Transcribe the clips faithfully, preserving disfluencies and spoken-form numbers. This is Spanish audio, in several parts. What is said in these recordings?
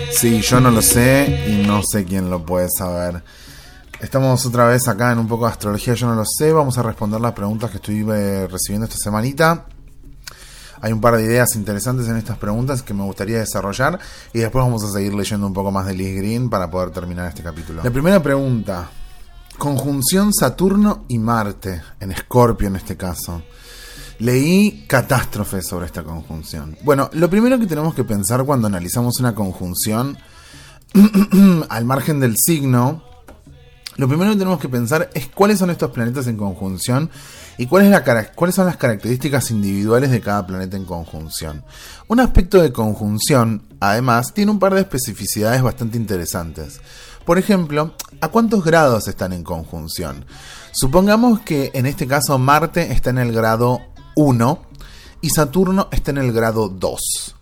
Sí, yo no lo sé y no sé quién lo puede saber. Estamos otra vez acá en un poco de astrología, yo no lo sé. Vamos a responder las preguntas que estuve recibiendo esta semanita. Hay un par de ideas interesantes en estas preguntas que me gustaría desarrollar y después vamos a seguir leyendo un poco más de Liz Green para poder terminar este capítulo. La primera pregunta: conjunción Saturno y Marte, en Escorpio en este caso. Leí catástrofes sobre esta conjunción. Bueno, lo primero que tenemos que pensar cuando analizamos una conjunción, al margen del signo, lo primero que tenemos que pensar es cuáles son estos planetas en conjunción y cuál es la, cuáles son las características individuales de cada planeta en conjunción. Un aspecto de conjunción, además, tiene un par de especificidades bastante interesantes. Por ejemplo, ¿a cuántos grados están en conjunción? Supongamos que en este caso Marte está en el grado uno y Saturno está en el grado dos.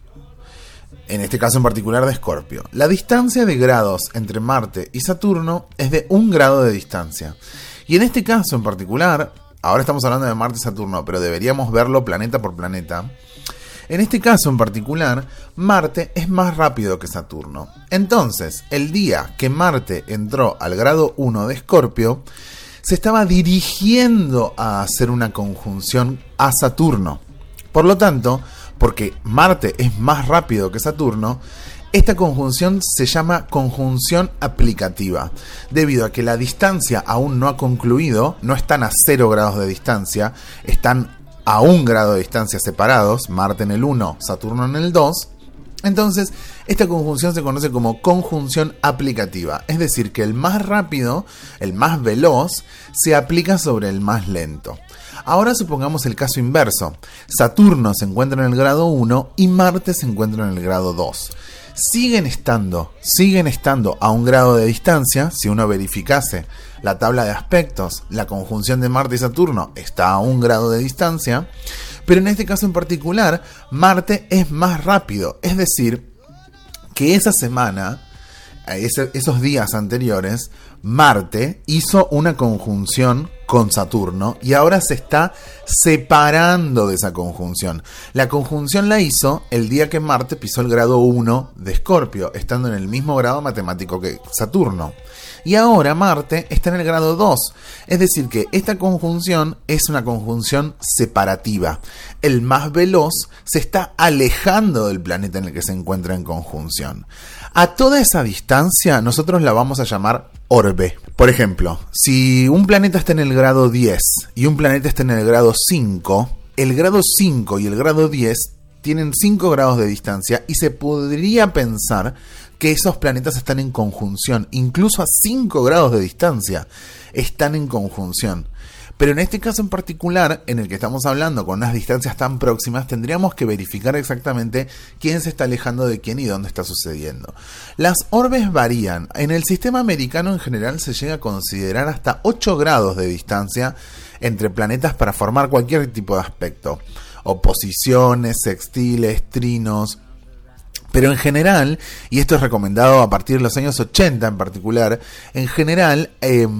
En este caso en particular de Escorpio. La distancia de grados entre Marte y Saturno es de un grado de distancia. Y en este caso en particular, ahora estamos hablando de Marte y Saturno, pero deberíamos verlo planeta por planeta. En este caso en particular, Marte es más rápido que Saturno. Entonces, el día que Marte entró al grado uno de Escorpio, se estaba dirigiendo a hacer una conjunción a Saturno. Por lo tanto, porque Marte es más rápido que Saturno, esta conjunción se llama conjunción aplicativa, debido a que la distancia aún no ha concluido, no están a cero grados de distancia, están a un grado de distancia separados, Marte en el uno, Saturno en el dos. Entonces, esta conjunción se conoce como conjunción aplicativa, es decir, que el más rápido, el más veloz, se aplica sobre el más lento. Ahora supongamos el caso inverso. Saturno se encuentra en el grado uno y Marte se encuentra en el grado dos. Siguen estando, siguen estando a un grado de distancia. Si uno verificase la tabla de aspectos, la conjunción de Marte y Saturno está a un grado de distancia, pero en este caso en particular, Marte es más rápido, es decir, que esa semana, ese, esos días anteriores, Marte hizo una conjunción con Saturno y ahora se está separando de esa conjunción. La conjunción la hizo el día que Marte pisó el grado uno de Escorpio, estando en el mismo grado matemático que Saturno. Y ahora Marte está en el grado dos, es decir que esta conjunción es una conjunción separativa. El más veloz se está alejando del planeta en el que se encuentra en conjunción. A toda esa distancia nosotros la vamos a llamar orbe. Por ejemplo, si un planeta está en el grado diez y un planeta está en el grado cinco, el grado cinco y el grado diez tienen cinco grados de distancia y se podría pensar que esos planetas están en conjunción, incluso a cinco grados de distancia están en conjunción. Pero en este caso en particular, en el que estamos hablando con unas distancias tan próximas, tendríamos que verificar exactamente quién se está alejando de quién y dónde está sucediendo. Las orbes varían. En el sistema americano en general se llega a considerar hasta ocho grados de distancia entre planetas para formar cualquier tipo de aspecto. Oposiciones, sextiles, trinos. Pero en general, y esto es recomendado a partir de los años ochenta en particular, en general eh,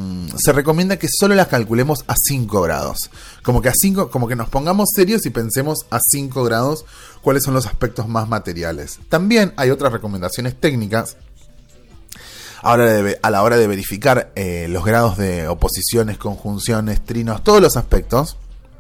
se recomienda que solo las calculemos a cinco grados. Como que a cinco, como que nos pongamos serios y pensemos a cinco grados cuáles son los aspectos más materiales. También hay otras recomendaciones técnicas ahora de, a la hora de verificar eh, los grados de oposiciones, conjunciones, trinos, todos los aspectos,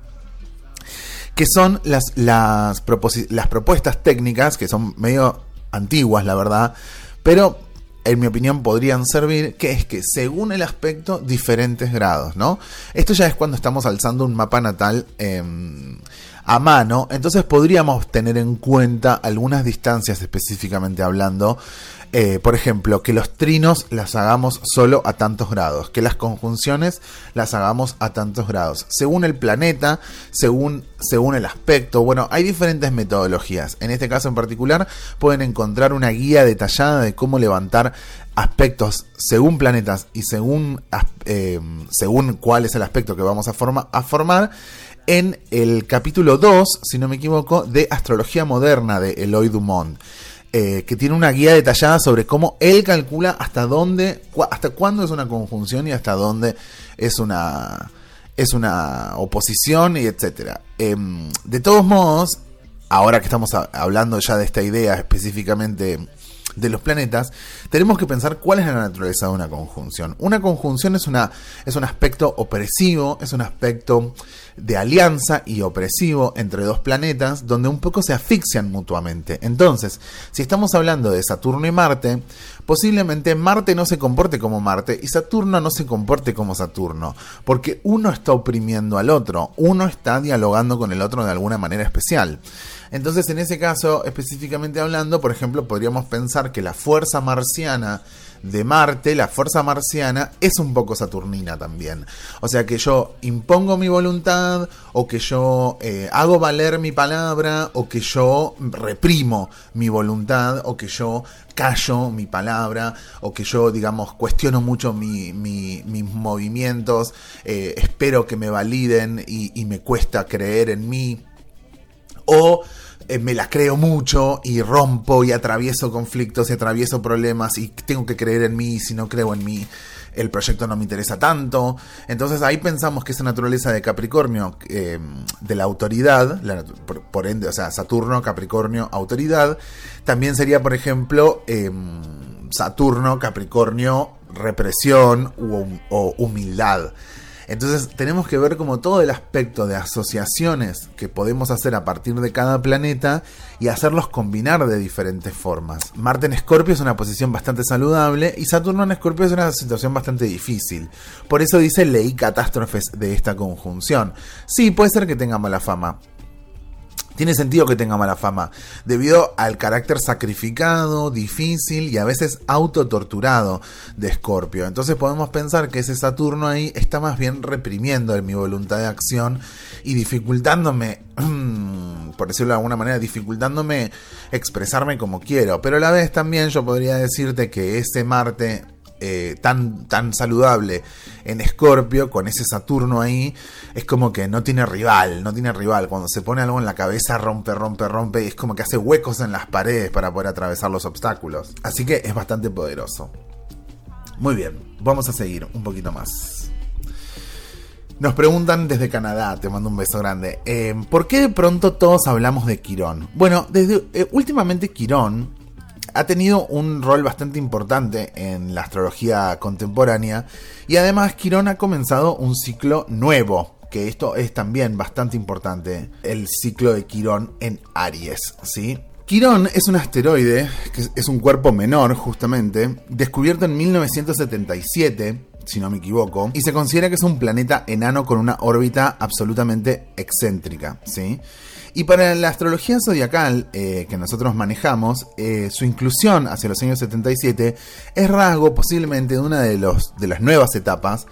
que son las, las, proposi- las propuestas técnicas, que son medio antiguas, la verdad, pero en mi opinión podrían servir, que es que según el aspecto, diferentes grados, ¿no? Esto ya es cuando estamos alzando un mapa natal eh, a mano, entonces podríamos tener en cuenta algunas distancias específicamente hablando. Eh, por ejemplo, que los trinos las hagamos solo a tantos grados, que las conjunciones las hagamos a tantos grados, según el planeta, según, según el aspecto. Bueno, hay diferentes metodologías. En este caso en particular pueden encontrar una guía detallada de cómo levantar aspectos según planetas y según, eh, según cuál es el aspecto que vamos a, forma, a formar en el capítulo dos, si no me equivoco, de Astrología Moderna de Eloy Dumont. Eh, que tiene una guía detallada sobre cómo él calcula hasta dónde, cu- hasta cuándo es una conjunción y hasta dónde es una, es una oposición, y etcétera. Eh, de todos modos, ahora que estamos a- hablando ya de esta idea específicamente de los planetas, tenemos que pensar cuál es la naturaleza de una conjunción. Una conjunción es, una, es un aspecto opresivo, es un aspecto de alianza y opresivo entre dos planetas, donde un poco se asfixian mutuamente. Entonces, si estamos hablando de Saturno y Marte, posiblemente Marte no se comporte como Marte y Saturno no se comporte como Saturno, porque uno está oprimiendo al otro, uno está dialogando con el otro de alguna manera especial. Entonces, en ese caso, específicamente hablando, por ejemplo, podríamos pensar que la fuerza marciana de Marte, la fuerza marciana, es un poco saturnina también. O sea, que yo impongo mi voluntad, o que yo eh, hago valer mi palabra, o que yo reprimo mi voluntad, o que yo callo mi palabra, o que yo, digamos, cuestiono mucho mi, mi, mis movimientos, eh, espero que me validen y, y me cuesta creer en mí. O eh, me la creo mucho y rompo y atravieso conflictos y atravieso problemas y tengo que creer en mí, y si no creo en mí el proyecto no me interesa tanto. Entonces ahí pensamos que esa naturaleza de Capricornio, eh, de la autoridad, la, por, por ende, o sea, Saturno, Capricornio, autoridad, también sería, por ejemplo, eh, Saturno, Capricornio, represión o, o humildad. Entonces tenemos que ver como todo el aspecto de asociaciones que podemos hacer a partir de cada planeta y hacerlos combinar de diferentes formas. Marte en Escorpio es una posición bastante saludable y Saturno en Escorpio es una situación bastante difícil. Por eso dice, leí catástrofes de esta conjunción. Sí, puede ser que tenga mala fama. Tiene sentido que tenga mala fama, debido al carácter sacrificado, difícil y a veces autotorturado de Escorpio. Entonces podemos pensar que ese Saturno ahí está más bien reprimiendo mi voluntad de acción y dificultándome, por decirlo de alguna manera, dificultándome expresarme como quiero. Pero a la vez también yo podría decirte que ese Marte Eh, tan, tan saludable en Escorpio, con ese Saturno ahí, es como que no tiene rival, no tiene rival. Cuando se pone algo en la cabeza, rompe, rompe, rompe, y es como que hace huecos en las paredes para poder atravesar los obstáculos. Así que es bastante poderoso. Muy bien, vamos a seguir un poquito más. Nos preguntan desde Canadá, te mando un beso grande, eh, ¿por qué de pronto todos hablamos de Quirón? Bueno, desde eh, últimamente Quirón ha tenido un rol bastante importante en la astrología contemporánea y además Quirón ha comenzado un ciclo nuevo, que esto es también bastante importante, el ciclo de Quirón en Aries, ¿sí? Quirón es un asteroide, que es un cuerpo menor justamente, descubierto en mil novecientos setenta y siete, si no me equivoco, y se considera que es un planeta enano con una órbita absolutamente excéntrica, ¿sí? Y para la astrología zodiacal eh, que nosotros manejamos, eh, su inclusión hacia los años setenta y siete es rasgo posiblemente de una de, los, de las nuevas etapas,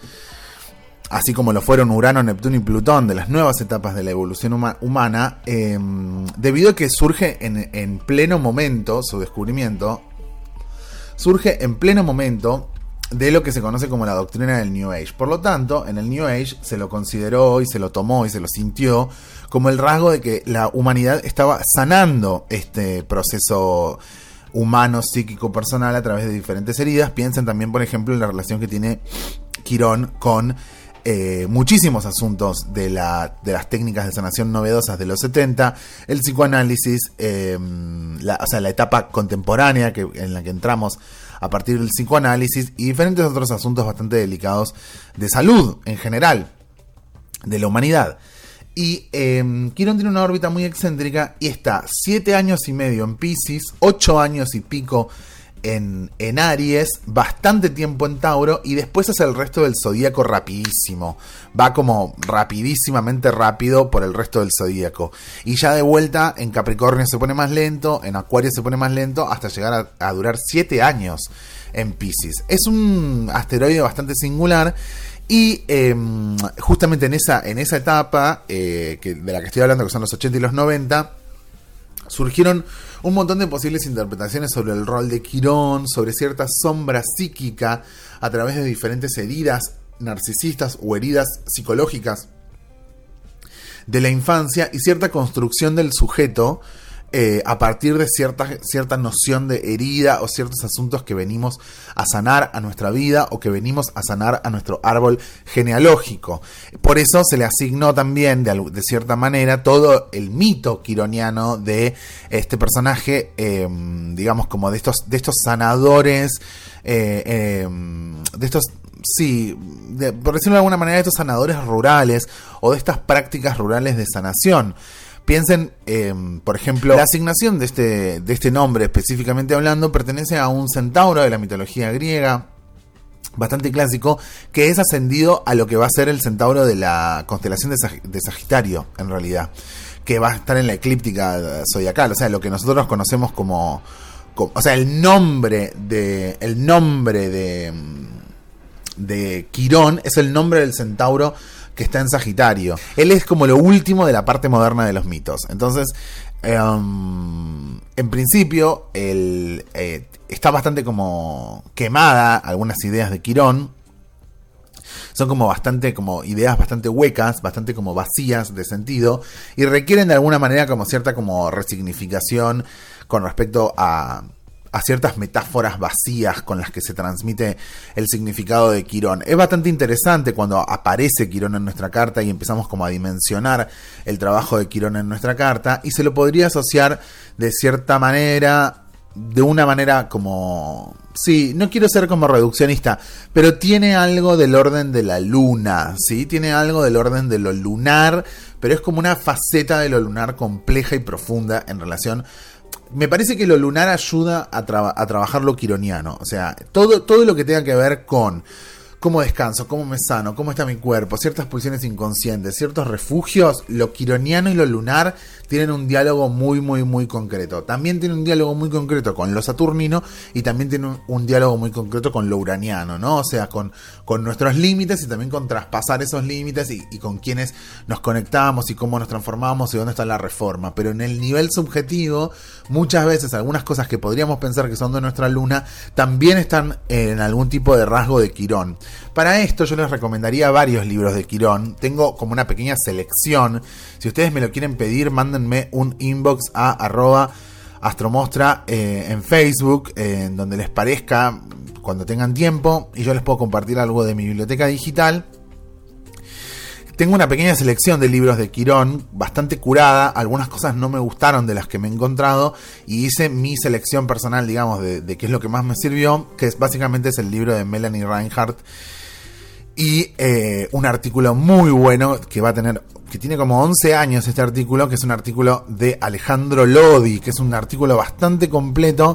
así como lo fueron Urano, Neptuno y Plutón, de las nuevas etapas de la evolución huma- humana, eh, debido a que surge en, en pleno momento, su descubrimiento, surge en pleno momento de lo que se conoce como la doctrina del New Age. Por lo tanto, en el New Age se lo consideró y se lo tomó y se lo sintió como el rasgo de que la humanidad estaba sanando este proceso humano, psíquico, personal a través de diferentes heridas. Piensen también, por ejemplo, en la relación que tiene Quirón con eh, muchísimos asuntos de, la, de las técnicas de sanación novedosas de los setenta, el psicoanálisis, eh, la, o sea, la etapa contemporánea que, en la que entramos a partir del psicoanálisis y diferentes otros asuntos bastante delicados de salud en general de la humanidad. Y eh, Quirón tiene una órbita muy excéntrica y está siete años y medio en Piscis, ocho años y pico en, en Aries, bastante tiempo en Tauro y después hace el resto del zodíaco rapidísimo. Va como rapidísimamente rápido por el resto del zodíaco. Y ya de vuelta en Capricornio se pone más lento, en Acuario se pone más lento hasta llegar a, a durar siete años en Piscis. Es un asteroide bastante singular. Y eh, justamente en esa, en esa etapa eh, que, de la que estoy hablando, que son los ochenta y los noventa, surgieron un montón de posibles interpretaciones sobre el rol de Quirón, sobre cierta sombra psíquica a través de diferentes heridas narcisistas o heridas psicológicas de la infancia y cierta construcción del sujeto Eh, a partir de cierta, cierta noción de herida o ciertos asuntos que venimos a sanar a nuestra vida o que venimos a sanar a nuestro árbol genealógico. Por eso se le asignó también de, de cierta manera todo el mito quironiano de este personaje, eh, digamos, como de estos, de estos sanadores, eh, eh, de estos, sí, de, por decirlo de alguna manera, de estos sanadores rurales o de estas prácticas rurales de sanación. Piensen, eh, por ejemplo, la asignación de este, de este nombre específicamente hablando pertenece a un centauro de la mitología griega, bastante clásico, que es ascendido a lo que va a ser el centauro de la constelación de, Sag- de Sagitario, en realidad, que va a estar en la eclíptica zodiacal, o sea, lo que nosotros conocemos como, como o sea, el nombre de, el nombre de, de Quirón es el nombre del centauro que está en Sagitario. Él es como lo último de la parte moderna de los mitos. Entonces, um, en principio, el, eh, está bastante como quemada algunas ideas de Quirón. Son como bastante, como ideas bastante huecas, bastante como vacías de sentido, y requieren de alguna manera como cierta como resignificación con respecto a, a ciertas metáforas vacías con las que se transmite el significado de Quirón. Es bastante interesante cuando aparece Quirón en nuestra carta y empezamos como a dimensionar el trabajo de Quirón en nuestra carta, y se lo podría asociar de cierta manera, de una manera como... Sí, no quiero ser como reduccionista, pero tiene algo del orden de la luna, ¿sí? Tiene algo del orden de lo lunar, pero es como una faceta de lo lunar compleja y profunda en relación... Me parece que lo lunar ayuda a, tra- a trabajar lo quironiano, o sea, todo, todo lo que tenga que ver con cómo descanso, cómo me sano, cómo está mi cuerpo, ciertas pulsiones inconscientes, ciertos refugios, lo quironiano y lo lunar tienen un diálogo muy, muy, muy concreto. También tiene un diálogo muy concreto con lo saturnino y también tiene un, un diálogo muy concreto con lo uraniano, ¿no? O sea, con, con nuestros límites y también con traspasar esos límites y, y con quienes nos conectamos y cómo nos transformamos y dónde está la reforma. Pero en el nivel subjetivo, muchas veces algunas cosas que podríamos pensar que son de nuestra luna también están en algún tipo de rasgo de Quirón. Para esto yo les recomendaría varios libros de Quirón. Tengo como una pequeña selección. Si ustedes me lo quieren pedir, mándenme un inbox a arroba astromostra eh, en Facebook, eh, en donde les parezca, cuando tengan tiempo, y yo les puedo compartir algo de mi biblioteca digital. Tengo una pequeña selección de libros de Quirón, bastante curada. Algunas cosas no me gustaron de las que me he encontrado, y hice mi selección personal, digamos, de, de qué es lo que más me sirvió, que es básicamente es el libro de Melanie Reinhardt, y eh, un artículo muy bueno que va a tener, que tiene como once años este artículo, que es un artículo de Alejandro Lodi, que es un artículo bastante completo,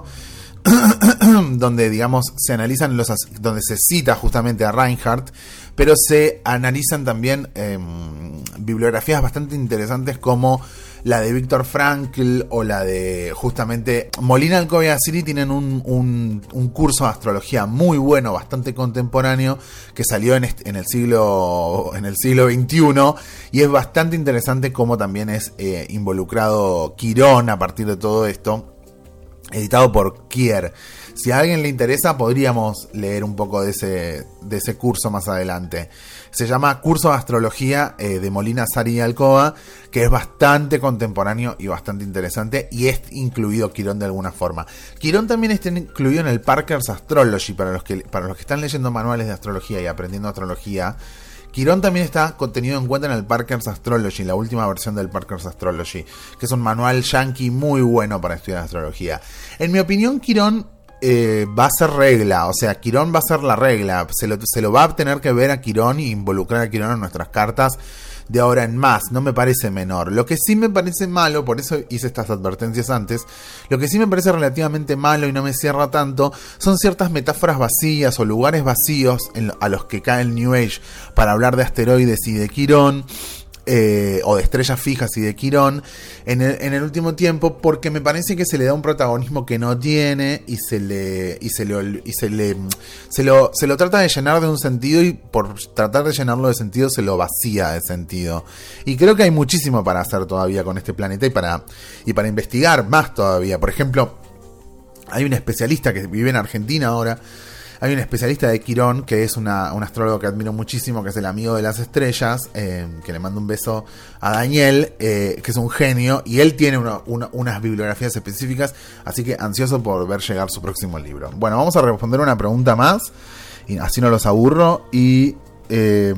donde, digamos, se analizan los, donde se cita justamente a Reinhardt, pero se analizan también eh, bibliografías bastante interesantes como la de Viktor Frankl o la de justamente Molina Alcoba y Asiri. Tienen un, un, un curso de astrología muy bueno, bastante contemporáneo, que salió en, este, en el siglo en el siglo veintiuno, y es bastante interesante cómo también es eh, involucrado Quirón a partir de todo esto, editado por Kier. Si a alguien le interesa, podríamos leer un poco de ese, de ese curso más adelante. Se llama Curso de Astrología eh, de Molina, Asari y Alcoba, que es bastante contemporáneo y bastante interesante, y es incluido Quirón de alguna forma. Quirón también está incluido en el Parker's Astrology, para los que, para los que están leyendo manuales de astrología y aprendiendo astrología. Quirón también está contenido en cuenta en el Parker's Astrology, la última versión del Parker's Astrology, que es un manual yankee muy bueno para estudiar astrología. En mi opinión, Quirón eh, va a ser regla, o sea, Quirón va a ser la regla, se lo, se lo va a tener que ver a Quirón y involucrar a Quirón en nuestras cartas de ahora en más. No me parece menor. Lo que sí me parece malo, por eso hice estas advertencias antes, lo que sí me parece relativamente malo y no me cierra tanto, son ciertas metáforas vacías o lugares vacíos en, a los que cae el New Age para hablar de asteroides y de Quirón, eh, o de estrellas fijas y de Quirón en el, en el último tiempo, porque me parece que se le da un protagonismo que no tiene, y se le y se le y se le se lo se lo trata de llenar de un sentido, y por tratar de llenarlo de sentido se lo vacía de sentido. Y creo que hay muchísimo para hacer todavía con este planeta y para y para investigar más todavía. Por ejemplo, hay un especialista que vive en Argentina ahora. Hay un especialista de Quirón que es una, un astrólogo que admiro muchísimo, que es el amigo de las estrellas, eh, que le mando un beso a Daniel, eh, que es un genio, y él tiene una, una, unas bibliografías específicas, así que ansioso por ver llegar su próximo libro. Bueno, vamos a responder una pregunta más, y así no los aburro, y eh,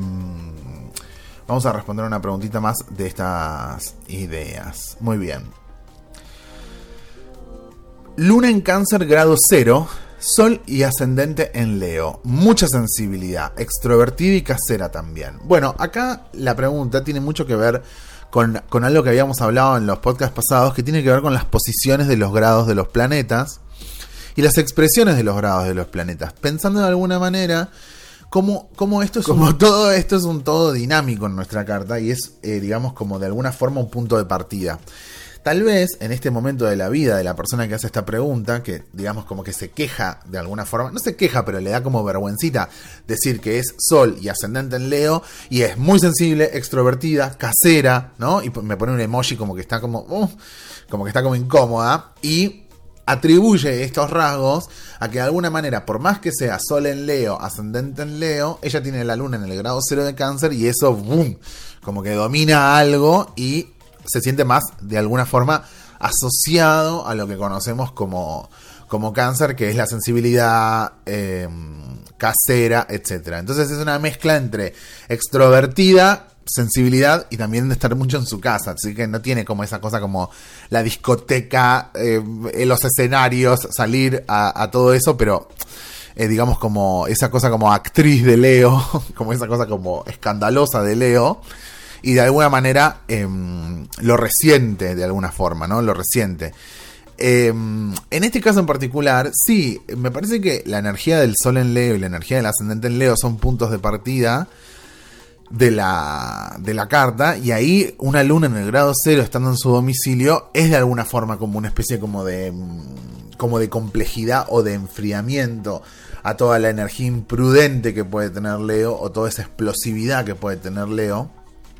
vamos a responder una preguntita más de estas ideas. Muy bien. Luna en Cáncer grado cero, Sol y ascendente en Leo. Mucha sensibilidad, extrovertida y casera también. Bueno, acá la pregunta tiene mucho que ver con, con algo que habíamos hablado en los podcasts pasados, que tiene que ver con las posiciones de los grados de los planetas y las expresiones de los grados de los planetas. Pensando de alguna manera cómo, cómo esto es como un, todo esto es un todo dinámico en nuestra carta y es, eh, digamos, como de alguna forma un punto de partida. Tal vez en este momento de la vida de la persona que hace esta pregunta, que digamos como que se queja de alguna forma, no se queja, pero le da como vergüencita decir que es Sol y ascendente en Leo, y es muy sensible, extrovertida, casera, ¿no? Y me pone un emoji como que está como, uh, como que está como incómoda, y atribuye estos rasgos a que de alguna manera, por más que sea Sol en Leo, ascendente en Leo, ella tiene la luna en el grado cero de Cáncer, y eso, boom, como que domina algo y se siente más, de alguna forma, asociado a lo que conocemos como, como Cáncer, que es la sensibilidad eh, casera, etcétera. Entonces es una mezcla entre extrovertida, sensibilidad y también de estar mucho en su casa. Así que no tiene como esa cosa como la discoteca, eh, los escenarios, salir a, a todo eso, pero eh, digamos como esa cosa como actriz de Leo, como esa cosa como escandalosa de Leo. Y de alguna manera eh, lo resiente, de alguna forma, ¿no? Lo resiente. Eh, en este caso en particular, sí, me parece que la energía del Sol en Leo y la energía del ascendente en Leo son puntos de partida de la, de la carta. Y ahí una luna en el grado cero, estando en su domicilio, es de alguna forma como una especie como de, como de complejidad o de enfriamiento a toda la energía imprudente que puede tener Leo, o toda esa explosividad que puede tener Leo.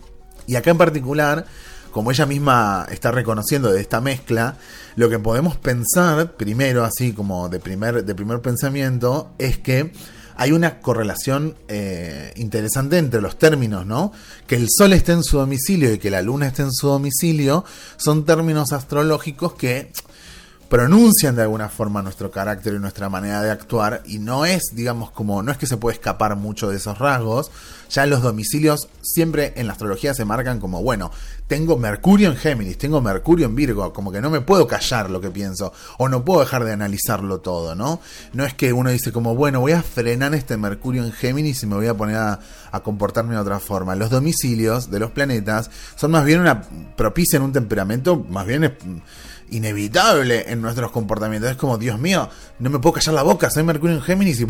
Y acá en particular, como ella misma está reconociendo de esta mezcla, lo que podemos pensar, primero así como de primer, de primer pensamiento, es que hay una correlación eh, interesante entre los términos, ¿no? Que el Sol esté en su domicilio y que la Luna esté en su domicilio son términos astrológicos que pronuncian de alguna forma nuestro carácter y nuestra manera de actuar, y no es, digamos, como, no es que se puede escapar mucho de esos rasgos. Ya los domicilios siempre en la astrología se marcan como, bueno, tengo Mercurio en Géminis, tengo Mercurio en Virgo, como que no me puedo callar lo que pienso, o no puedo dejar de analizarlo todo, ¿no? No es que uno dice como, bueno, voy a frenar este Mercurio en Géminis y me voy a poner a, a comportarme de otra forma. Los domicilios de los planetas son más bien una, propician un temperamento más bien es, inevitable en nuestros comportamientos. Es como, Dios mío, no me puedo callar la boca, soy Mercurio en Géminis y...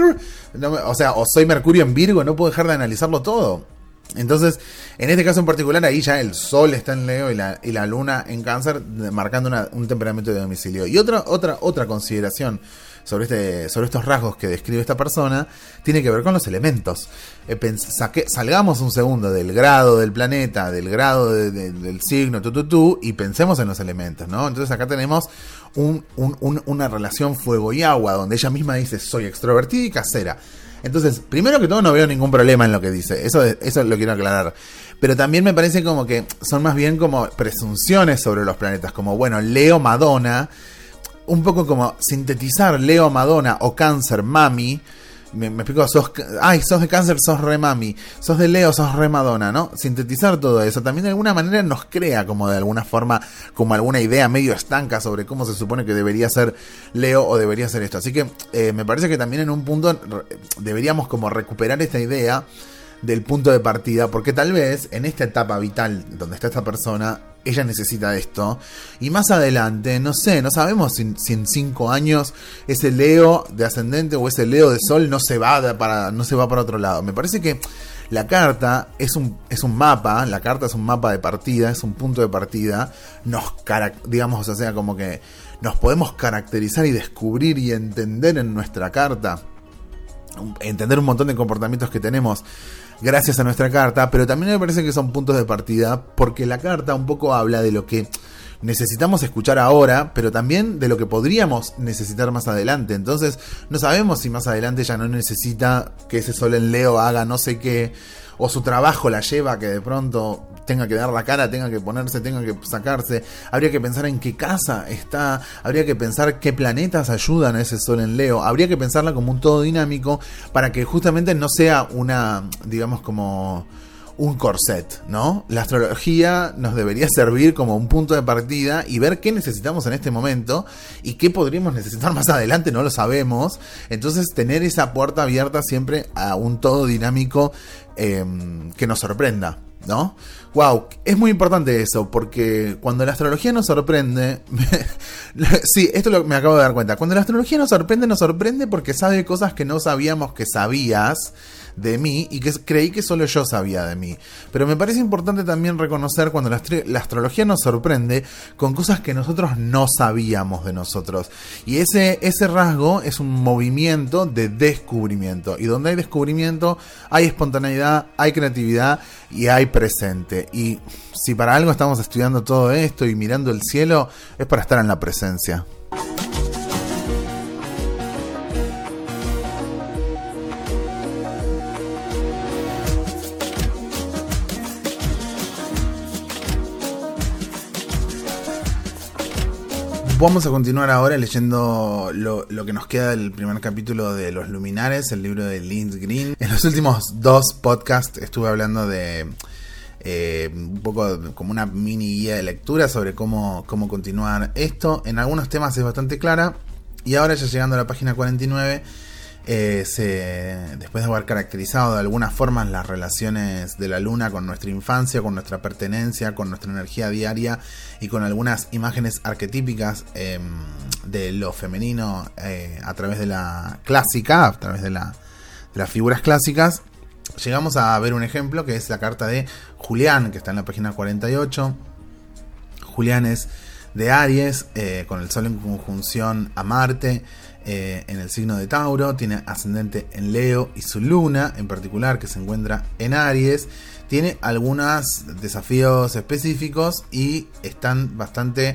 No me, o sea, o soy Mercurio en Virgo, no puedo dejar de analizarlo todo. Entonces, en este caso en particular, ahí ya el Sol está en Leo y la, y la Luna en Cáncer, marcando una, un temperamento de domicilio. Y otra, otra, otra consideración sobre, este, sobre estos rasgos que describe esta persona tiene que ver con los elementos. Eh, pens- saque, salgamos un segundo del grado del planeta, del grado de, de, del signo, tu, tu, tu, y pensemos en los elementos, ¿no? Entonces acá tenemos un, un, un, una relación fuego y agua, donde ella misma dice, soy extrovertida y casera. Entonces, primero que todo, no veo ningún problema en lo que dice. Eso, eso lo quiero aclarar. Pero también me parece como que son más bien como presunciones sobre los planetas. Como, bueno, Leo, Madonna. Un poco como sintetizar Leo, Madonna o Cáncer, Mami. Me, me explico, sos, ay, sos de Cáncer, sos re Mami. Sos de Leo, sos re Madonna, ¿no? Sintetizar todo eso también de alguna manera nos crea como de alguna forma, como alguna idea medio estanca sobre cómo se supone que debería ser Leo o debería ser esto. Así que eh, me parece que también en un punto re, deberíamos como recuperar esta idea del punto de partida, porque tal vez en esta etapa vital donde está esta persona, ella necesita esto, y más adelante, no sé, no sabemos si, si en cinco años ese Leo de ascendente o ese Leo de Sol no se va de para, no se va para otro lado. Me parece que la carta es un, es un mapa, la carta es un mapa de partida, es un punto de partida, nos, digamos, o sea, como que nos podemos caracterizar y descubrir y entender en nuestra carta, entender un montón de comportamientos que tenemos gracias a nuestra carta, pero también me parece que son puntos de partida, porque la carta un poco habla de lo que necesitamos escuchar ahora, pero también de lo que podríamos necesitar más adelante. Entonces, no sabemos si más adelante ella no necesita que ese Sol en Leo haga no sé qué, o su trabajo la lleva a que de pronto tenga que dar la cara, tenga que ponerse, tenga que sacarse. Habría que pensar en qué casa está, habría que pensar qué planetas ayudan a ese Sol en Leo, habría que pensarla como un todo dinámico para que justamente no sea una, digamos, como un corset, ¿no? La astrología nos debería servir como un punto de partida y ver qué necesitamos en este momento y qué podríamos necesitar más adelante, no lo sabemos. Entonces tener esa puerta abierta siempre a un todo dinámico eh, que nos sorprenda, ¿no? Wow, es muy importante eso, porque cuando la astrología nos sorprende, sí, esto lo, me acabo de dar cuenta, cuando la astrología nos sorprende, nos sorprende porque sabe cosas que no sabíamos que sabías de mí y que creí que solo yo sabía de mí. Pero me parece importante también reconocer cuando la, la astrología nos sorprende con cosas que nosotros no sabíamos de nosotros. Y ese, ese rasgo es un movimiento de descubrimiento. Y donde hay descubrimiento, hay espontaneidad, hay creatividad y hay presente. Y si para algo estamos estudiando todo esto y mirando el cielo, es para estar en la presencia. Vamos a continuar ahora leyendo lo, lo que nos queda del primer capítulo de Los Luminares, el libro de Liz Green. En los últimos dos podcasts estuve hablando de eh, un poco como una mini guía de lectura sobre cómo, cómo continuar esto. En algunos temas es bastante clara y ahora ya llegando a la página cuarenta y nueve, eh, se, después de haber caracterizado de alguna forma las relaciones de la luna con nuestra infancia, con nuestra pertenencia, con nuestra energía diaria y con algunas imágenes arquetípicas eh, de lo femenino eh, a través de la clásica, a través de, la, de las figuras clásicas, llegamos a ver un ejemplo que es la carta de Julián, que está en la página cuarenta y ocho. Julián es de Aries, eh, con el Sol en conjunción a Marte, eh, en el signo de Tauro, tiene ascendente en Leo y su luna en particular, que se encuentra en Aries, tiene algunos desafíos específicos y están bastante,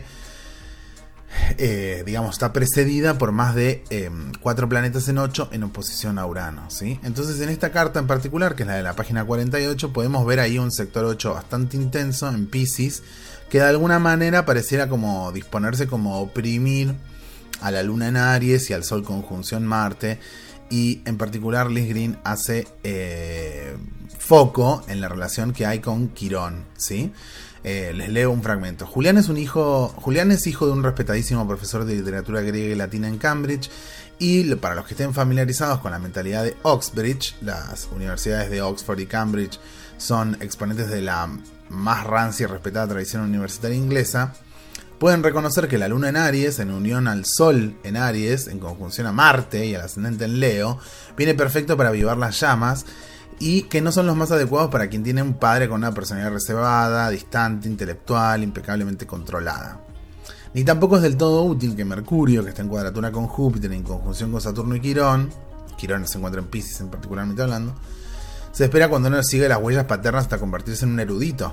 eh, digamos, está precedida por más de eh, cuatro planetas en ocho en oposición a Urano, ¿sí? Entonces en esta carta en particular, que es la de la página cuarenta y ocho, podemos ver ahí un sector ocho bastante intenso en Piscis, que de alguna manera pareciera como disponerse como a oprimir a la luna en Aries y al Sol conjunción Marte. Y en particular Liz Green hace eh, foco en la relación que hay con Quirón, ¿sí? Eh, les leo un fragmento. Julián es un hijo, Julián es hijo de un respetadísimo profesor de literatura griega y latina en Cambridge. Y para los que estén familiarizados con la mentalidad de Oxbridge, las universidades de Oxford y Cambridge son exponentes de la más rancia y respetada tradición universitaria inglesa, pueden reconocer que la luna en Aries, en unión al Sol en Aries, en conjunción a Marte y al ascendente en Leo, viene perfecto para avivar las llamas, y que no son los más adecuados para quien tiene un padre con una personalidad reservada, distante, intelectual, impecablemente controlada. Ni tampoco es del todo útil que Mercurio, que está en cuadratura con Júpiter en conjunción con Saturno y Quirón, Quirón se encuentra en Piscis en particularmente hablando, se espera cuando uno sigue las huellas paternas hasta convertirse en un erudito.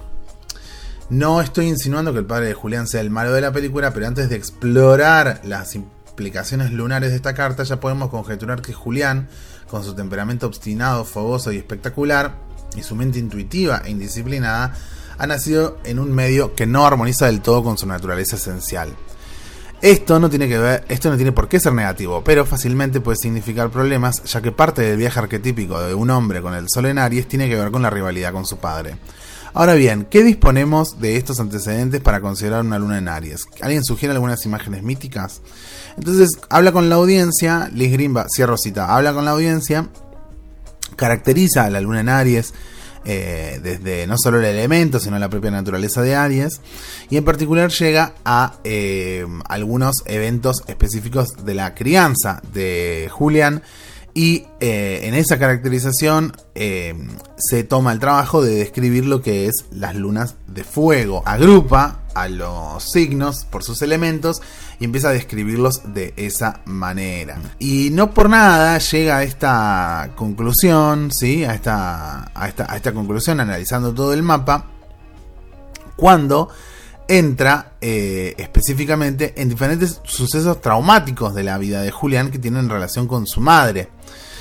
No estoy insinuando que el padre de Julián sea el malo de la película, pero antes de explorar las implicaciones lunares de esta carta, ya podemos conjeturar que Julián, con su temperamento obstinado, fogoso y espectacular, y su mente intuitiva e indisciplinada, ha nacido en un medio que no armoniza del todo con su naturaleza esencial. Esto no tiene que ver, esto no tiene por qué ser negativo, pero fácilmente puede significar problemas, ya que parte del viaje arquetípico de un hombre con el Sol en Aries tiene que ver con la rivalidad con su padre. Ahora bien, ¿qué disponemos de estos antecedentes para considerar una luna en Aries? ¿Alguien sugiere algunas imágenes míticas? Entonces, habla con la audiencia, Liz Green va, cierro cita, habla con la audiencia, caracteriza a la luna en Aries, Eh, desde no solo el elemento, sino la propia naturaleza de Aries, y en particular llega a eh, algunos eventos específicos de la crianza de Julián, y eh, en esa caracterización eh, se toma el trabajo de describir lo que es las lunas de fuego. Agrupa a los signos por sus elementos y empieza a describirlos de esa manera. Y no por nada llega a esta conclusión, ¿sí? A esta, a esta, a esta conclusión analizando todo el mapa, cuando entra eh, específicamente en diferentes sucesos traumáticos de la vida de Julián que tienen relación con su madre.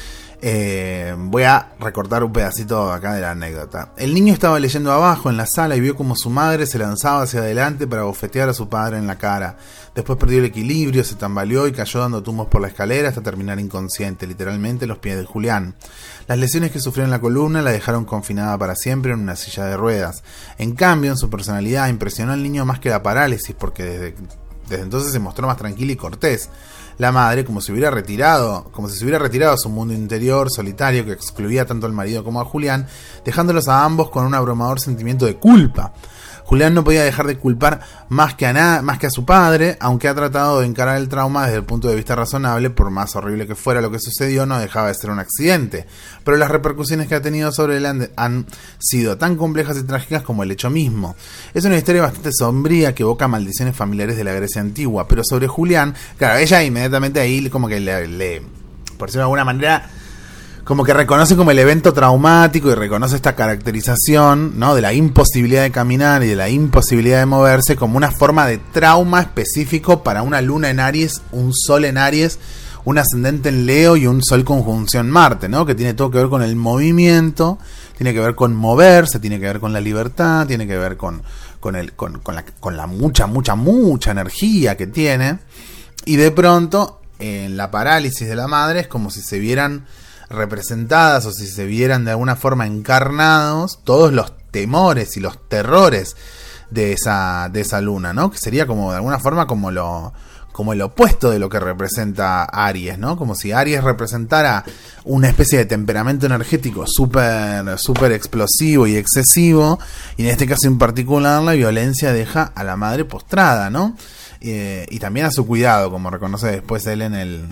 Eh, voy a recortar un pedacito acá de la anécdota. El niño estaba leyendo abajo en la sala y vio como su madre se lanzaba hacia adelante para bofetear a su padre en la cara. Después perdió el equilibrio, se tambaleó y cayó dando tumbos por la escalera hasta terminar inconsciente, literalmente en los pies de Julián. Las lesiones que sufrió en la columna la dejaron confinada para siempre en una silla de ruedas. En cambio, en su personalidad impresionó al niño más que la parálisis, porque desde, desde entonces se mostró más tranquilo y cortés. La madre, como si hubiera retirado, como si se hubiera retirado a su mundo interior solitario que excluía tanto al marido como a Julián, dejándolos a ambos con un abrumador sentimiento de culpa. Julián no podía dejar de culpar más que a nada, más que a su padre, aunque ha tratado de encarar el trauma desde el punto de vista razonable. Por más horrible que fuera lo que sucedió, no dejaba de ser un accidente. Pero las repercusiones que ha tenido sobre él han, han sido tan complejas y trágicas como el hecho mismo. Es una historia bastante sombría que evoca maldiciones familiares de la Grecia antigua. Pero sobre Julián, claro, ella inmediatamente ahí como que le, le por decirlo de alguna manera, como que reconoce como el evento traumático y reconoce esta caracterización, ¿no?, de la imposibilidad de caminar y de la imposibilidad de moverse como una forma de trauma específico para una luna en Aries, un sol en Aries, un ascendente en Leo y un sol conjunción Marte, ¿no?, que tiene todo que ver con el movimiento, tiene que ver con moverse, tiene que ver con la libertad, tiene que ver con, con, el, con, con, la, con la mucha, mucha, mucha energía que tiene. Y de pronto, en la parálisis de la madre, es como si se vieran representadas o si se vieran de alguna forma encarnados todos los temores y los terrores de esa, de esa luna, ¿no? Que sería como de alguna forma como lo como el opuesto de lo que representa Aries, ¿no? Como si Aries representara una especie de temperamento energético súper súper explosivo y excesivo, y en este caso en particular la violencia deja a la madre postrada, ¿no? Eh, y también a su cuidado, como reconoce después él en el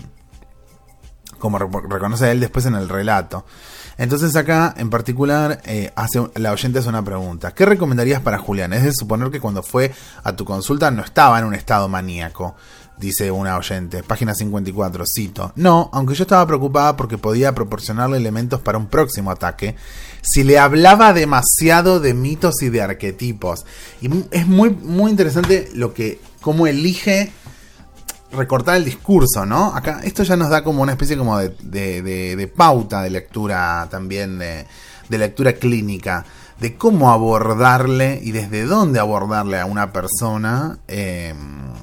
como re- reconoce él después en el relato. Entonces acá, en particular, eh, hace, la oyente hace una pregunta. ¿Qué recomendarías para Julián? Es de suponer que cuando fue a tu consulta no estaba en un estado maníaco, dice una oyente. Página cincuenta y cuatro, cito. No, aunque yo estaba preocupada porque podía proporcionarle elementos para un próximo ataque, si le hablaba demasiado de mitos y de arquetipos. Y es muy, muy interesante lo que, cómo elige recortar el discurso, ¿no? Acá esto ya nos da como una especie como de, de, de, de pauta de lectura también, de, de lectura clínica, de cómo abordarle y desde dónde abordarle a una persona, eh,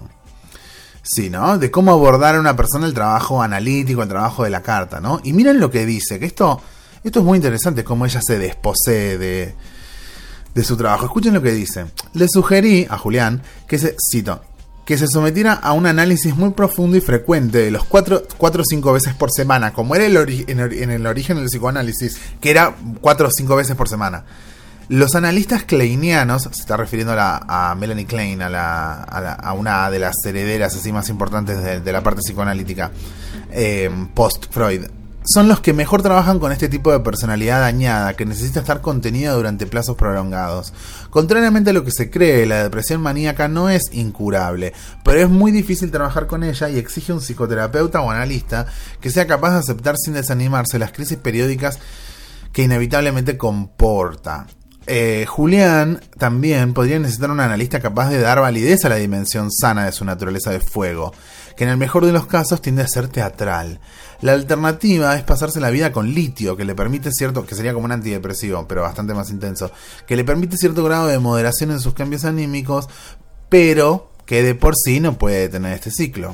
sí, ¿no? De cómo abordar a una persona el trabajo analítico, el trabajo de la carta, ¿no? Y miren lo que dice, que esto, esto es muy interesante, cómo ella se desposee de, de su trabajo. Escuchen lo que dice. Le sugerí a Julián que se, cito, que se sometiera a un análisis muy profundo y frecuente de los cuatro o cinco veces por semana, como era el ori- en, el, en el origen del psicoanálisis, que era cuatro o cinco veces por semana. Los analistas kleinianos, se está refiriendo a, la, a Melanie Klein, a, la, a, la, a una de las herederas así más importantes de, de la parte psicoanalítica, eh, post-Freud, son los que mejor trabajan con este tipo de personalidad dañada que necesita estar contenida durante plazos prolongados. Contrariamente a lo que se cree, la depresión maníaca no es incurable, pero es muy difícil trabajar con ella y exige un psicoterapeuta o analista que sea capaz de aceptar sin desanimarse las crisis periódicas que inevitablemente comporta. Eh, Julián también podría necesitar un analista capaz de dar validez a la dimensión sana de su naturaleza de fuego, que en el mejor de los casos tiende a ser teatral. La alternativa es pasarse la vida con litio, que le permite cierto, que sería como un antidepresivo, pero bastante más intenso, que le permite cierto grado de moderación en sus cambios anímicos, pero que de por sí no puede tener este ciclo.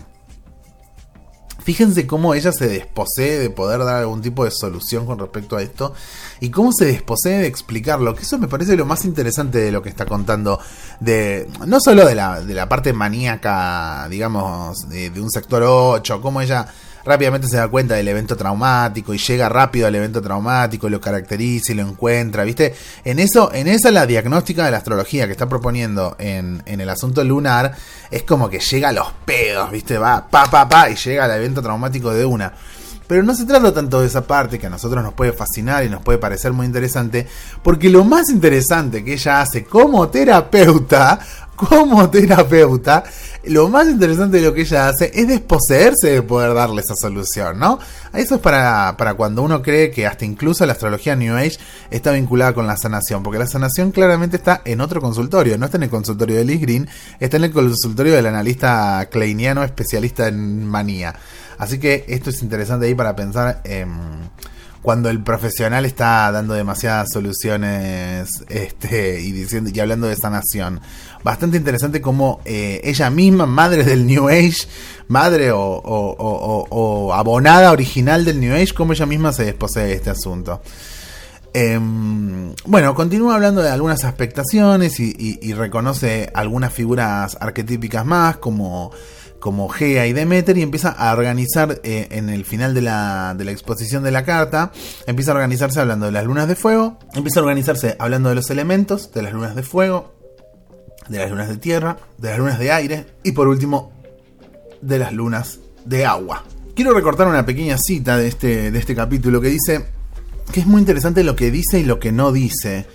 Fíjense cómo ella se desposee de poder dar algún tipo de solución con respecto a esto y cómo se desposee de explicarlo, que eso me parece lo más interesante de lo que está contando, de no solo de la, de la parte maníaca, digamos, de, de un sector ocho, cómo ella rápidamente se da cuenta del evento traumático y llega rápido al evento traumático, lo caracteriza y lo encuentra, ¿viste? En eso, en esa la diagnóstica de la astrología que está proponiendo en, en el asunto lunar es como que llega a los pedos, ¿viste? Va pa pa pa y llega al evento traumático de una. Pero no se trata tanto de esa parte que a nosotros nos puede fascinar y nos puede parecer muy interesante, porque lo más interesante que ella hace como terapeuta, como terapeuta, lo más interesante de lo que ella hace es desposeerse de poder darle esa solución, ¿no? Eso es para, para cuando uno cree que hasta incluso la astrología New Age está vinculada con la sanación, porque la sanación claramente está en otro consultorio, no está en el consultorio de Liz Green, está en el consultorio del analista kleiniano especialista en manía. Así que esto es interesante ahí para pensar en cuando el profesional está dando demasiadas soluciones este, y diciendo y hablando de sanación. Bastante interesante cómo eh, ella misma, madre del New Age, madre o, o, o, o, o abonada original del New Age, cómo ella misma se desposee de este asunto. Eh, bueno, continúa hablando de algunas aspectaciones y, y, y reconoce algunas figuras arquetípicas más, como... como Gea y Demeter, y empieza a organizar eh, en el final de la, de la exposición de la carta, empieza a organizarse hablando de las lunas de fuego, empieza a organizarse hablando de los elementos, de las lunas de fuego, de las lunas de tierra, de las lunas de aire, y por último, de las lunas de agua. Quiero recortar una pequeña cita de este, de este capítulo que dice que es muy interesante lo que dice y lo que no dice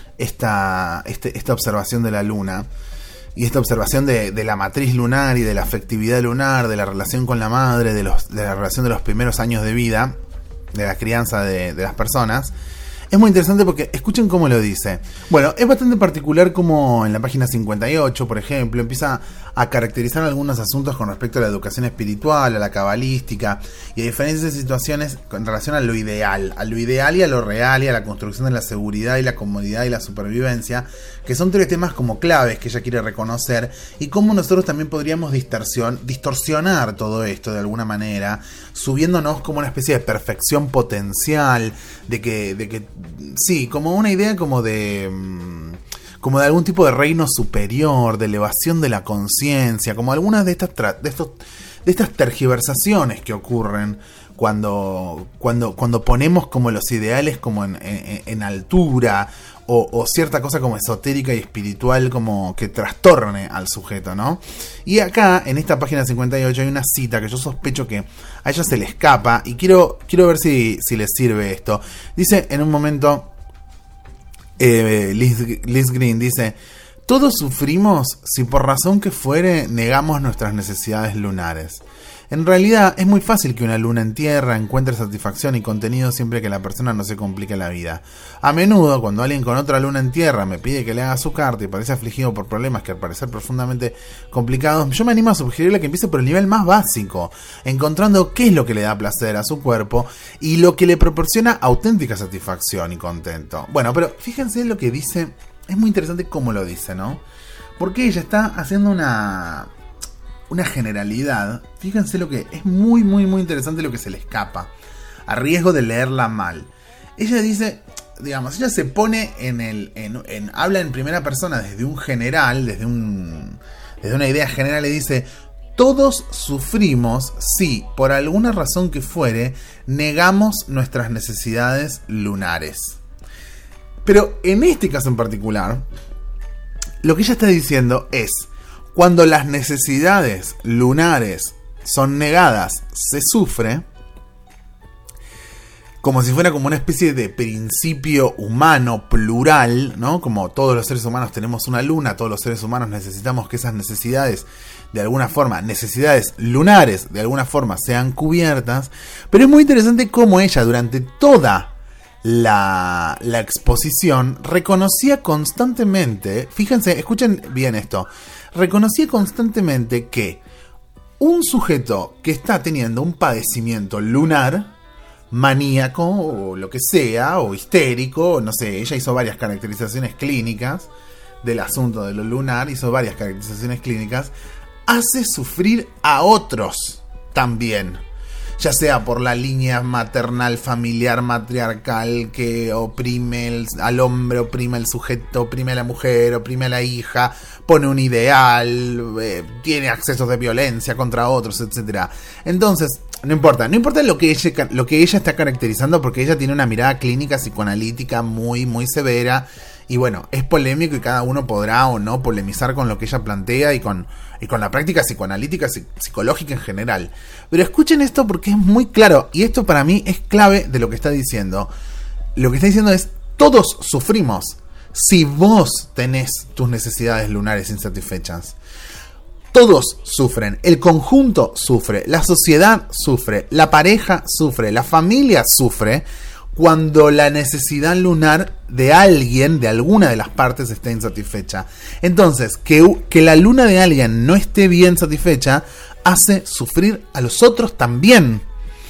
esta, este, esta observación de la luna. Y esta observación de, de la matriz lunar y de la afectividad lunar, de la relación con la madre, de, los, de la relación de los primeros años de vida, de la crianza de, de las personas, es muy interesante porque escuchen cómo lo dice. Bueno, es bastante particular como en la página cincuenta y ocho, por ejemplo, empieza a caracterizar algunos asuntos con respecto a la educación espiritual, a la cabalística y a diferentes situaciones en relación a lo ideal, a lo ideal y a lo real y a la construcción de la seguridad y la comodidad y la supervivencia, que son tres temas como claves que ella quiere reconocer, y cómo nosotros también podríamos distorsion, distorsionar todo esto de alguna manera, subiéndonos como una especie de perfección potencial, de que, de que sí, como una idea como de... como de algún tipo de reino superior, de elevación de la conciencia, como algunas de estas tra- de estos de estas tergiversaciones que ocurren cuando cuando cuando ponemos como los ideales como en, en, en altura, o, o cierta cosa como esotérica y espiritual como que trastorne al sujeto, ¿no? Y acá en esta página cincuenta y ocho hay una cita que yo sospecho que a ella se le escapa, y quiero quiero ver si si les sirve esto. Dice en un momento Eh, Liz, Liz Green dice: todos sufrimos si por razón que fuere negamos nuestras necesidades lunares. En realidad es muy fácil que una luna en tierra encuentre satisfacción y contenido siempre que la persona no se complique la vida. A menudo, cuando alguien con otra luna en tierra me pide que le haga su carta y parece afligido por problemas que al parecer profundamente complicados, yo me animo a sugerirle que empiece por el nivel más básico, encontrando qué es lo que le da placer a su cuerpo y lo que le proporciona auténtica satisfacción y contento. Bueno, pero fíjense lo que dice, es muy interesante cómo lo dice, ¿no? Porque ella está haciendo una... una generalidad. Fíjense lo que es muy muy muy interesante lo que se le escapa, a riesgo de leerla mal. Ella dice, digamos, ella se pone en el en, en habla en primera persona desde un general, desde un desde una idea general, y dice: todos sufrimos si por alguna razón que fuere negamos nuestras necesidades lunares. Pero en este caso en particular, lo que ella está diciendo es: cuando las necesidades lunares son negadas, se sufre, como si fuera como una especie de principio humano plural, ¿no? Como todos los seres humanos tenemos una luna, todos los seres humanos necesitamos que esas necesidades, de alguna forma, necesidades lunares, de alguna forma, sean cubiertas. Pero es muy interesante cómo ella, durante toda la, la exposición, reconocía constantemente, fíjense, escuchen bien esto, reconocía constantemente que un sujeto que está teniendo un padecimiento lunar, maníaco o lo que sea, o histérico, no sé, ella hizo varias caracterizaciones clínicas del asunto de lo lunar, hizo varias caracterizaciones clínicas, hace sufrir a otros también, ya sea por la línea maternal, familiar, matriarcal que oprime el, al hombre, oprime al sujeto, oprime a la mujer, oprime a la hija, pone un ideal, eh, tiene accesos de violencia contra otros, etcétera. Entonces, no importa, no importa lo que ella, lo que ella está caracterizando, porque ella tiene una mirada clínica psicoanalítica muy, muy severa. Y bueno, es polémico y cada uno podrá o no polemizar con lo que ella plantea y con, y con la práctica psicoanalítica, psicológica en general. Pero escuchen esto porque es muy claro, y esto para mí es clave de lo que está diciendo. Lo que está diciendo es: todos sufrimos si vos tenés tus necesidades lunares insatisfechas. Todos sufren, el conjunto sufre, la sociedad sufre, la pareja sufre, la familia sufre, cuando la necesidad lunar de alguien, de alguna de las partes, está insatisfecha. Entonces, que, que la luna de alguien no esté bien satisfecha, hace sufrir a los otros también.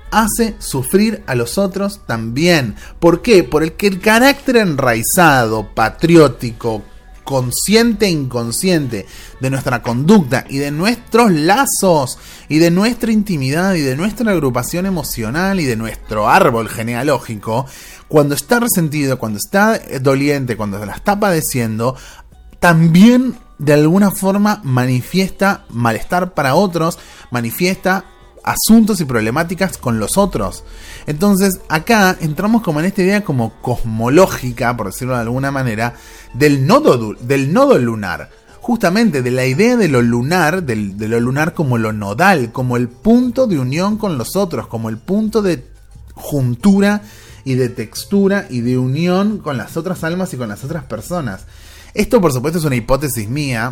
hace sufrir a los otros también. ¿Por qué? Porque el carácter enraizado, patriótico, consciente e inconsciente de nuestra conducta y de nuestros lazos y de nuestra intimidad y de nuestra agrupación emocional y de nuestro árbol genealógico, cuando está resentido, cuando está doliente, cuando la está padeciendo, también de alguna forma manifiesta malestar para otros, manifiesta asuntos y problemáticas con los otros. Entonces acá entramos como en esta idea como cosmológica, por decirlo de alguna manera, del nodo, del nodo lunar. Justamente de la idea de lo lunar, del, de lo lunar como lo nodal, como el punto de unión con los otros, como el punto de juntura y de textura y de unión con las otras almas y con las otras personas. Esto, por supuesto, es una hipótesis mía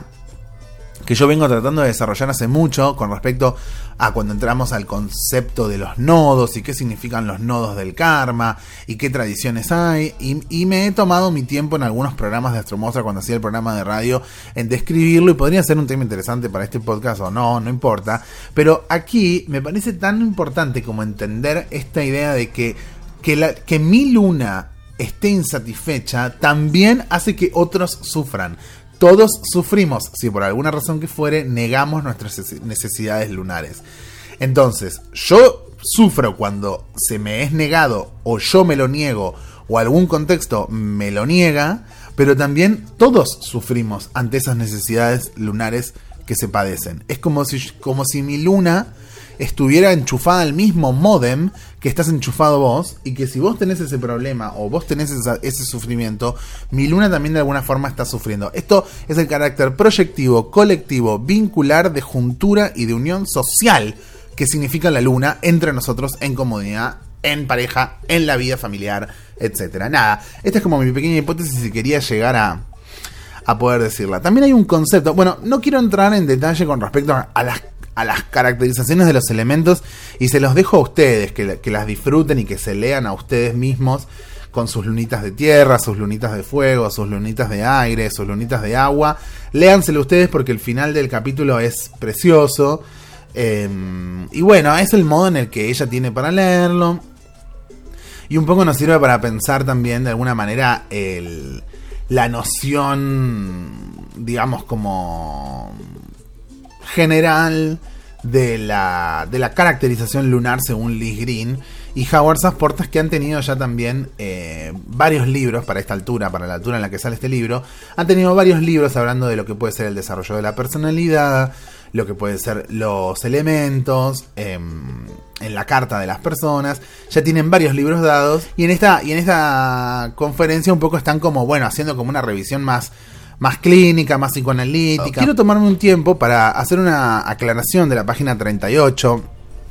que yo vengo tratando de desarrollar hace mucho con respecto a cuando entramos al concepto de los nodos y qué significan los nodos del karma y qué tradiciones hay, y, y me he tomado mi tiempo en algunos programas de Astromostra cuando hacía el programa de radio en describirlo, y podría ser un tema interesante para este podcast o no, no importa, pero aquí me parece tan importante como entender esta idea de que, que, la, que mi luna esté insatisfecha también hace que otros sufran. Todos sufrimos, si por alguna razón que fuere negamos nuestras necesidades lunares. Entonces, yo sufro cuando se me es negado, o yo me lo niego, o algún contexto me lo niega, pero también todos sufrimos ante esas necesidades lunares que se padecen. Es como si, como si mi luna estuviera enchufada al mismo módem que estás enchufado vos, y que si vos tenés ese problema o vos tenés esa, ese sufrimiento, mi luna también de alguna forma está sufriendo. Esto es el carácter proyectivo, colectivo, vincular, de juntura y de unión social que significa la luna entre nosotros en comunidad, en pareja, en la vida familiar, etcétera. Nada, esta es como mi pequeña hipótesis y quería llegar a a poder decirla. También hay un concepto, bueno, no quiero entrar en detalle con respecto a, a las a las caracterizaciones de los elementos, y se los dejo a ustedes, que, que las disfruten y que se lean a ustedes mismos con sus lunitas de tierra, sus lunitas de fuego, sus lunitas de aire, sus lunitas de agua. Léanselo ustedes porque el final del capítulo es precioso, eh, y bueno, es el modo en el que ella tiene para leerlo, y un poco nos sirve para pensar también de alguna manera el, la noción, digamos, como general de la, de la caracterización lunar según Liz Green y Howard Sass-Portas, que han tenido ya también eh, varios libros para esta altura, para la altura en la que sale este libro. Han tenido varios libros hablando de lo que puede ser el desarrollo de la personalidad, lo que pueden ser los elementos, eh, en la carta de las personas. Ya tienen varios libros dados, y en esta, y en esta conferencia un poco están como, bueno, haciendo como una revisión más más clínica, más psicoanalítica. Quiero tomarme un tiempo para hacer una aclaración de la página treinta y ocho,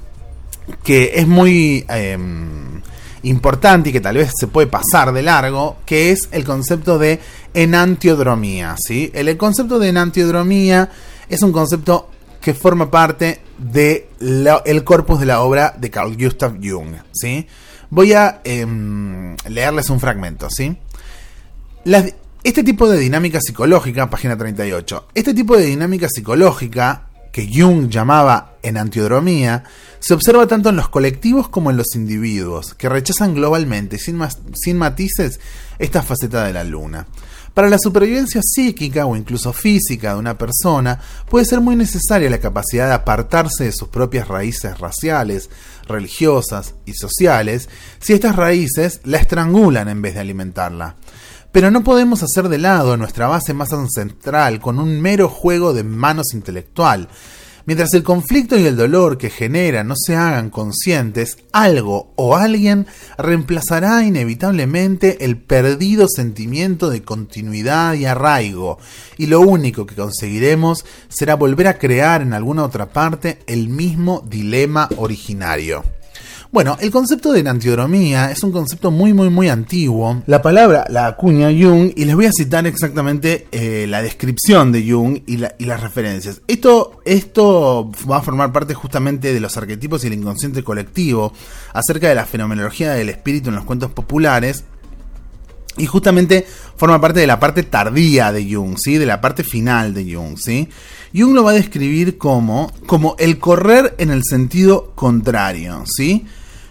que es muy eh, importante y que tal vez se puede pasar de largo, que es el concepto de enantiodromía, ¿sí? El, el concepto de enantiodromía es un concepto que forma parte del corpus de la obra de Carl Gustav Jung, ¿sí? Voy a eh, leerles un fragmento, ¿sí? Las Este tipo de dinámica psicológica, página treinta y ocho, este tipo de dinámica psicológica, que Jung llamaba enantiodromía, se observa tanto en los colectivos como en los individuos, que rechazan globalmente, sin, más, sin matices, esta faceta de la luna. Para la supervivencia psíquica o incluso física de una persona, puede ser muy necesaria la capacidad de apartarse de sus propias raíces raciales, religiosas y sociales, si estas raíces la estrangulan en vez de alimentarla. Pero no podemos hacer de lado nuestra base más ancestral con un mero juego de manos intelectual. Mientras el conflicto y el dolor que genera no se hagan conscientes, algo o alguien reemplazará inevitablemente el perdido sentimiento de continuidad y arraigo, y lo único que conseguiremos será volver a crear en alguna otra parte el mismo dilema originario. Bueno, el concepto de enantiodromía es un concepto muy muy muy antiguo. La palabra la acuña Jung, y les voy a citar exactamente eh, la descripción de Jung y, la, y las referencias. Esto, esto va a formar parte justamente de los arquetipos y el inconsciente colectivo, acerca de la fenomenología del espíritu en los cuentos populares, y justamente forma parte de la parte tardía de Jung, ¿sí? De la parte final de Jung, ¿sí? Jung lo va a describir como, como el correr en el sentido contrario, ¿sí?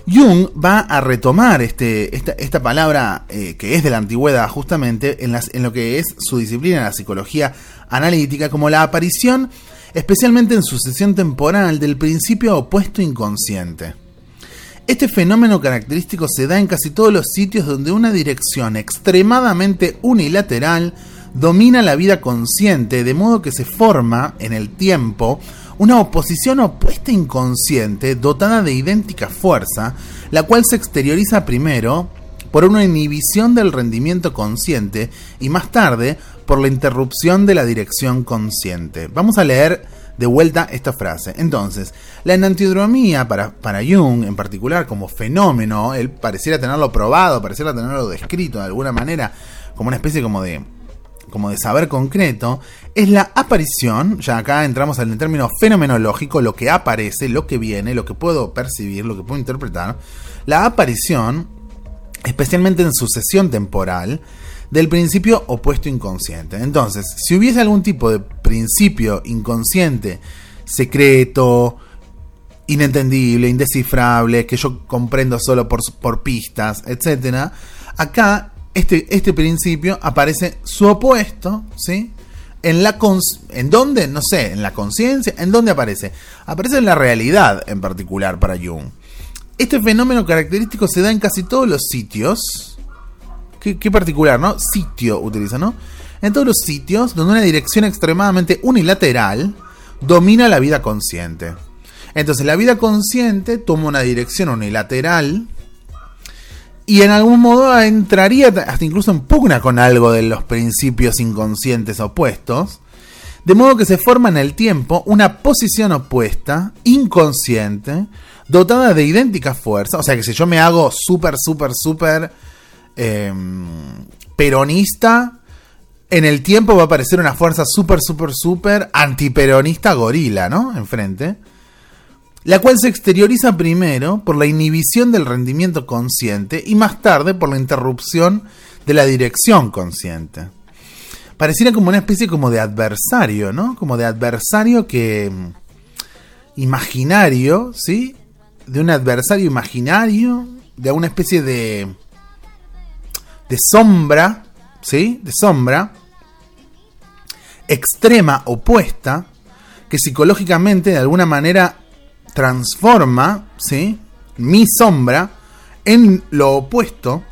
Jung va a retomar este, esta, esta palabra eh, que es de la antigüedad justamente en, las, en lo que es su disciplina, la psicología analítica, como la aparición, especialmente en sucesión temporal, del principio opuesto inconsciente. Este fenómeno característico se da en casi todos los sitios donde una dirección extremadamente unilateral domina la vida consciente, de modo que se forma en el tiempo una oposición opuesta inconsciente dotada de idéntica fuerza, la cual se exterioriza primero por una inhibición del rendimiento consciente y más tarde por la interrupción de la dirección consciente. Vamos a leer de vuelta esta frase. Entonces, la enantiodromía para, para Jung en particular como fenómeno, él pareciera tenerlo probado, pareciera tenerlo descrito de alguna manera como una especie como de como de saber concreto, es la aparición, ya acá entramos en el término fenomenológico, lo que aparece, lo que viene, lo que puedo percibir, lo que puedo interpretar, la aparición, especialmente en sucesión temporal, del principio opuesto inconsciente. Entonces, si hubiese algún tipo de principio inconsciente, secreto, inentendible, indescifrable, que yo comprendo solo por, por pistas, etcétera, acá Este, este principio aparece su opuesto, ¿sí? En la cons- ¿En dónde? No sé, en la conciencia. ¿En dónde aparece? Aparece en la realidad en particular para Jung. Este fenómeno característico se da en casi todos los sitios. ¿Qué, qué particular, no? Sitio utiliza, ¿no? En todos los sitios donde una dirección extremadamente unilateral domina la vida consciente. Entonces la vida consciente toma una dirección unilateral y en algún modo entraría hasta incluso en pugna con algo de los principios inconscientes opuestos, de modo que se forma en el tiempo una posición opuesta, inconsciente, dotada de idéntica fuerza. O sea que si yo me hago súper, súper, súper eh, peronista, en el tiempo va a aparecer una fuerza súper, súper, súper antiperonista gorila, ¿no? Enfrente. La cual se exterioriza primero por la inhibición del rendimiento consciente y más tarde por la interrupción de la dirección consciente. Pareciera como una especie como de adversario, ¿no? Como de adversario que... imaginario, ¿sí? De un adversario imaginario, de una especie de... de sombra, ¿sí? De sombra extrema, opuesta, que psicológicamente de alguna manera transforma, ¿sí?, mi sombra en lo opuesto,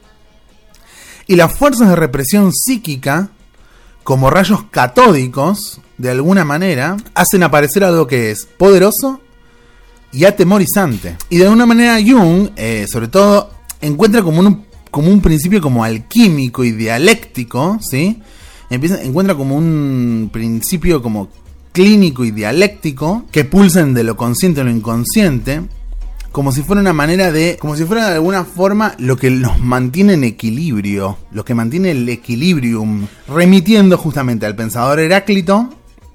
y las fuerzas de represión psíquica, como rayos catódicos, de alguna manera, hacen aparecer algo que es poderoso y atemorizante. Y de alguna manera Jung, eh, sobre todo, encuentra como un, como un principio como alquímico y dialéctico, ¿sí? Empieza, encuentra como un principio como clínico y dialéctico que pulsan de lo consciente a lo inconsciente, como si fuera una manera de, como si fuera de alguna forma lo que nos mantiene en equilibrio, lo que mantiene el equilibrium, remitiendo justamente al pensador Heráclito,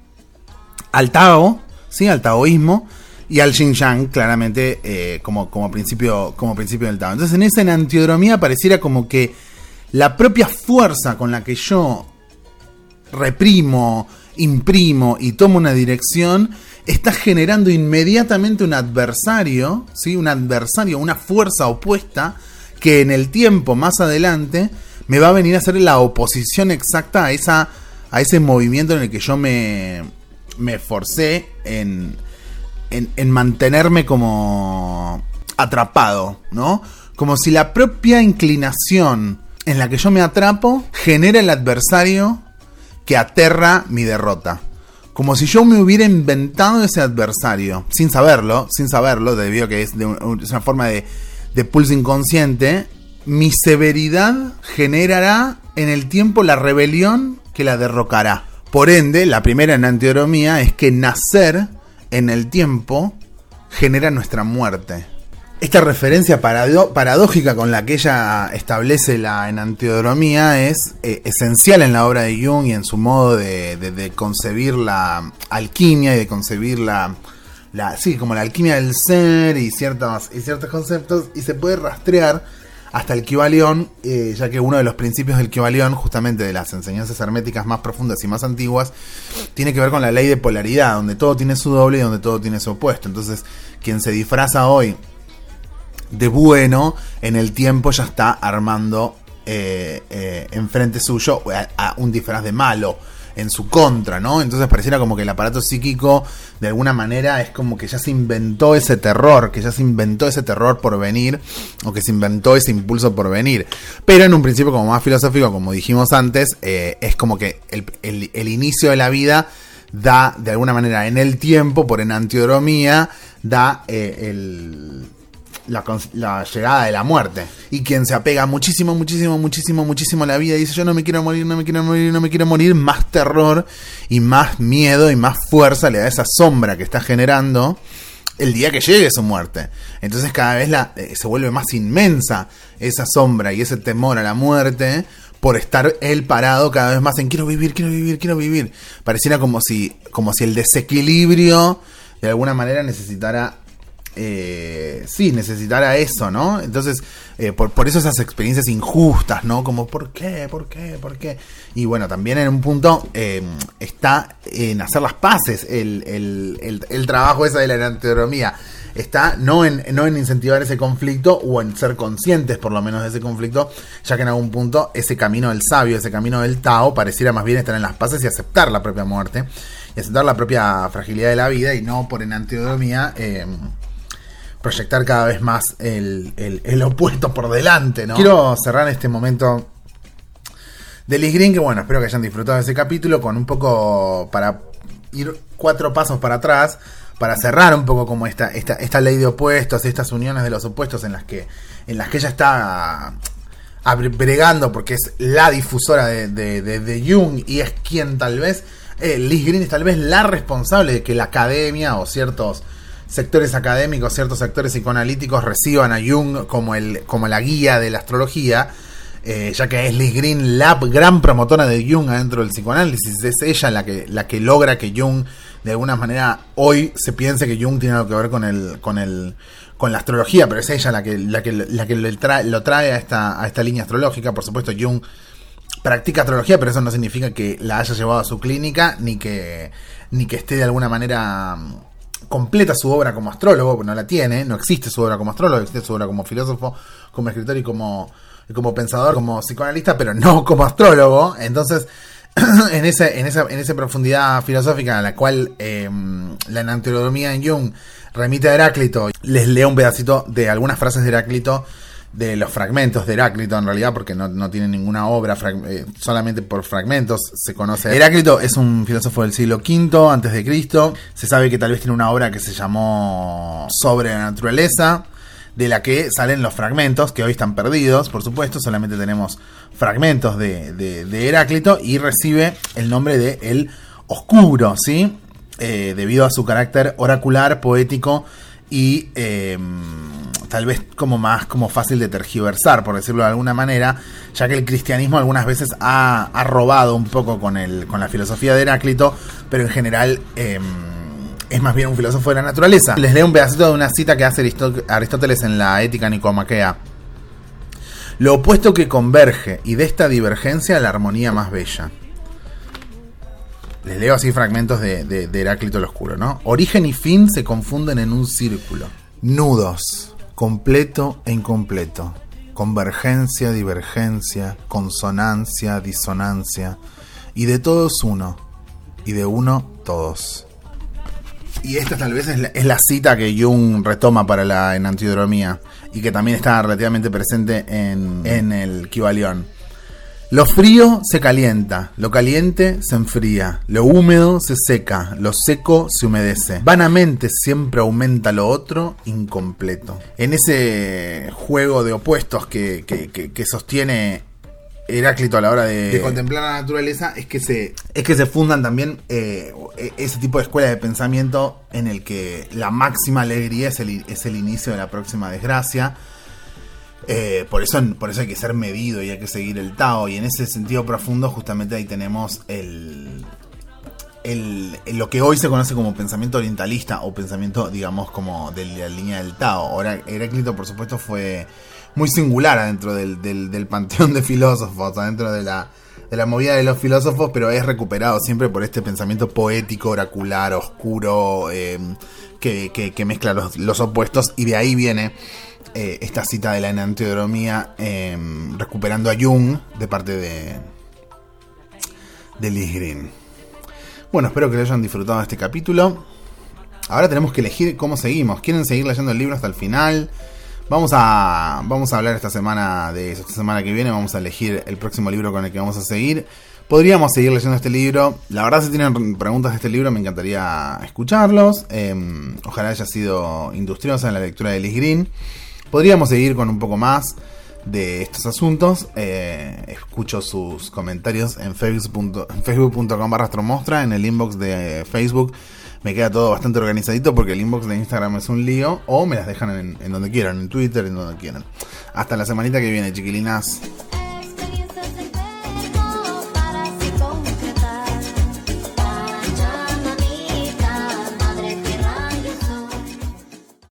al Tao, ¿sí?, al taoísmo y al Yin Yang, claramente eh, como, como, principio, como principio del Tao. Entonces en esa enantiodromía pareciera como que la propia fuerza con la que yo reprimo, imprimo y tomo una dirección, está generando inmediatamente un adversario, ¿sí? Un adversario, una fuerza opuesta que en el tiempo más adelante me va a venir a hacer la oposición exacta a esa, a ese movimiento en el que yo me, me forcé en, en, en mantenerme como atrapado, ¿no? Como si la propia inclinación en la que yo me atrapo genera el adversario que aterra mi derrota. Como si yo me hubiera inventado ese adversario, sin saberlo, sin saberlo, debido a que es, de un, es una forma de, de pulso inconsciente. Mi severidad generará en el tiempo la rebelión que la derrocará. Por ende, la primera enantiodromía es que nacer en el tiempo genera nuestra muerte. Esta referencia parado- paradójica con la que ella establece la enantiodromía es eh, esencial en la obra de Jung y en su modo de, de, de concebir la alquimia y de concebir la, la sí, como la alquimia del ser y ciertos, y ciertos conceptos, y se puede rastrear hasta el Kybalión, eh, ya que uno de los principios del Kybalión, justamente de las enseñanzas herméticas más profundas y más antiguas, tiene que ver con la ley de polaridad, donde todo tiene su doble y donde todo tiene su opuesto. Entonces, quien se disfraza hoy de bueno, en el tiempo ya está armando eh, eh, enfrente suyo a, a un disfraz de malo en su contra, ¿no? Entonces pareciera como que el aparato psíquico de alguna manera es como que ya se inventó ese terror, que ya se inventó ese terror por venir, o que se inventó ese impulso por venir. Pero en un principio como más filosófico, como dijimos antes, eh, es como que el, el, el inicio de la vida da de alguna manera en el tiempo, por enantiodromía, da eh, el... La, la llegada de la muerte. Y quien se apega muchísimo, muchísimo, muchísimo, muchísimo a la vida y dice yo no me quiero morir, no me quiero morir, no me quiero morir, más terror y más miedo y más fuerza le da esa sombra que está generando el día que llegue su muerte. Entonces cada vez la, eh, se vuelve más inmensa esa sombra y ese temor a la muerte por estar él parado cada vez más en quiero vivir, quiero vivir, quiero vivir. Pareciera como si, como si el desequilibrio de alguna manera necesitara Eh, sí, necesitara eso, ¿no? Entonces, eh, por, por eso esas experiencias injustas, ¿no? Como, ¿por qué? ¿Por qué? ¿Por qué? Y bueno, también en un punto eh, está en hacer las paces el, el, el, el trabajo ese de la enantiodromía. Está no en, no en incentivar ese conflicto o en ser conscientes por lo menos de ese conflicto, ya que en algún punto ese camino del sabio, ese camino del Tao, pareciera más bien estar en las paces y aceptar la propia muerte y aceptar la propia fragilidad de la vida y no por enantiodromía eh, proyectar cada vez más el, el, el opuesto por delante, ¿no? Quiero cerrar este momento de Lis Green, que bueno, espero que hayan disfrutado de ese capítulo, con un poco, para ir cuatro pasos para atrás, para cerrar un poco como esta, esta, esta ley de opuestos, estas uniones de los opuestos en las que, en las que ella está bregando, porque es la difusora de, de, de, de Jung, y es quien tal vez, eh, Lis Green es tal vez la responsable de que la academia o ciertos sectores académicos, ciertos sectores psicoanalíticos reciban a Jung como, el, como la guía de la astrología, eh, ya que es Lis Green la gran promotora de Jung adentro del psicoanálisis. Es ella la que, la que logra que Jung, de alguna manera, hoy se piense que Jung tiene algo que ver con el, con el, con la astrología, pero es ella la que, la que, la que le trae, lo trae a esta, a esta línea astrológica. Por supuesto, Jung practica astrología, pero eso no significa que la haya llevado a su clínica, ni que, ni que esté de alguna manera completa su obra como astrólogo, porque no la tiene, no existe su obra como astrólogo, existe su obra como filósofo, como escritor y como, como pensador, como psicoanalista, pero no como astrólogo. Entonces, en ese, en esa, en esa profundidad filosófica a la cual eh, la enantiodromía en Jung remite a Heráclito, les leo un pedacito de algunas frases de Heráclito, de los fragmentos de Heráclito en realidad, porque no, no tiene ninguna obra, eh, solamente por fragmentos se conoce. Heráclito es un filósofo del siglo quinto antes de Cristo. Se sabe que tal vez tiene una obra que se llamó Sobre la naturaleza, de la que salen los fragmentos, que hoy están perdidos, por supuesto, solamente tenemos fragmentos de, de, de Heráclito, y recibe el nombre de El Oscuro, ¿sí? Eh, debido a su carácter oracular, poético y eh, tal vez como más como fácil de tergiversar, por decirlo de alguna manera, ya que el cristianismo algunas veces ha, ha robado un poco con, el, con la filosofía de Heráclito, pero en general eh, es más bien un filósofo de la naturaleza. Les leo un pedacito de una cita que hace Aristó- Aristóteles en la Ética Nicomaquea. Lo opuesto que converge, y de esta divergencia la armonía más bella. Les leo así fragmentos de, de, de Heráclito el Oscuro, ¿no? Origen y fin se confunden en un círculo. Nudos, completo e incompleto. Convergencia, divergencia, consonancia, disonancia. Y de todos uno, y de uno todos. Y esta tal vez es la, es la cita que Jung retoma para la enantiodromía, y que también está relativamente presente en, en el Kybalión. Lo frío se calienta, lo caliente se enfría, lo húmedo se seca, lo seco se humedece. Vanamente siempre aumenta lo otro incompleto. En ese juego de opuestos que, que, que, que sostiene Heráclito a la hora de, de contemplar la naturaleza, es que se, es que se fundan también eh, ese tipo de escuela de pensamiento en el que la máxima alegría es el, es el inicio de la próxima desgracia. Eh, por eso por eso hay que ser medido y hay que seguir el Tao, y en ese sentido profundo justamente ahí tenemos el, el, el lo que hoy se conoce como pensamiento orientalista, o pensamiento, digamos, como de la línea del Tao. Ahora, Heráclito por supuesto fue muy singular adentro del, del, del panteón de filósofos, adentro de la, de la movida de los filósofos, pero es recuperado siempre por este pensamiento poético, oracular, oscuro, eh, que, que, que mezcla los, los opuestos, y de ahí viene eh, esta cita de la enantiodromía eh, recuperando a Jung de parte de, de Liz Green. Bueno, espero que lo hayan disfrutado de este capítulo. Ahora tenemos que elegir cómo seguimos. ¿Quieren seguir leyendo el libro hasta el final? Vamos a, vamos a hablar esta semana de eso. Esta semana que viene vamos a elegir el próximo libro con el que vamos a seguir. Podríamos seguir leyendo este libro. La verdad, si tienen preguntas de este libro, me encantaría escucharlos. Eh, ojalá haya sido industriosa en la lectura de Liz Green. Podríamos seguir con un poco más de estos asuntos. Eh, escucho sus comentarios en facebook punto com barra astromostra. En el inbox de Facebook me queda todo bastante organizadito porque el inbox de Instagram es un lío. O me las dejan en, en donde quieran, en Twitter, en donde quieran. Hasta la semanita que viene, chiquilinas.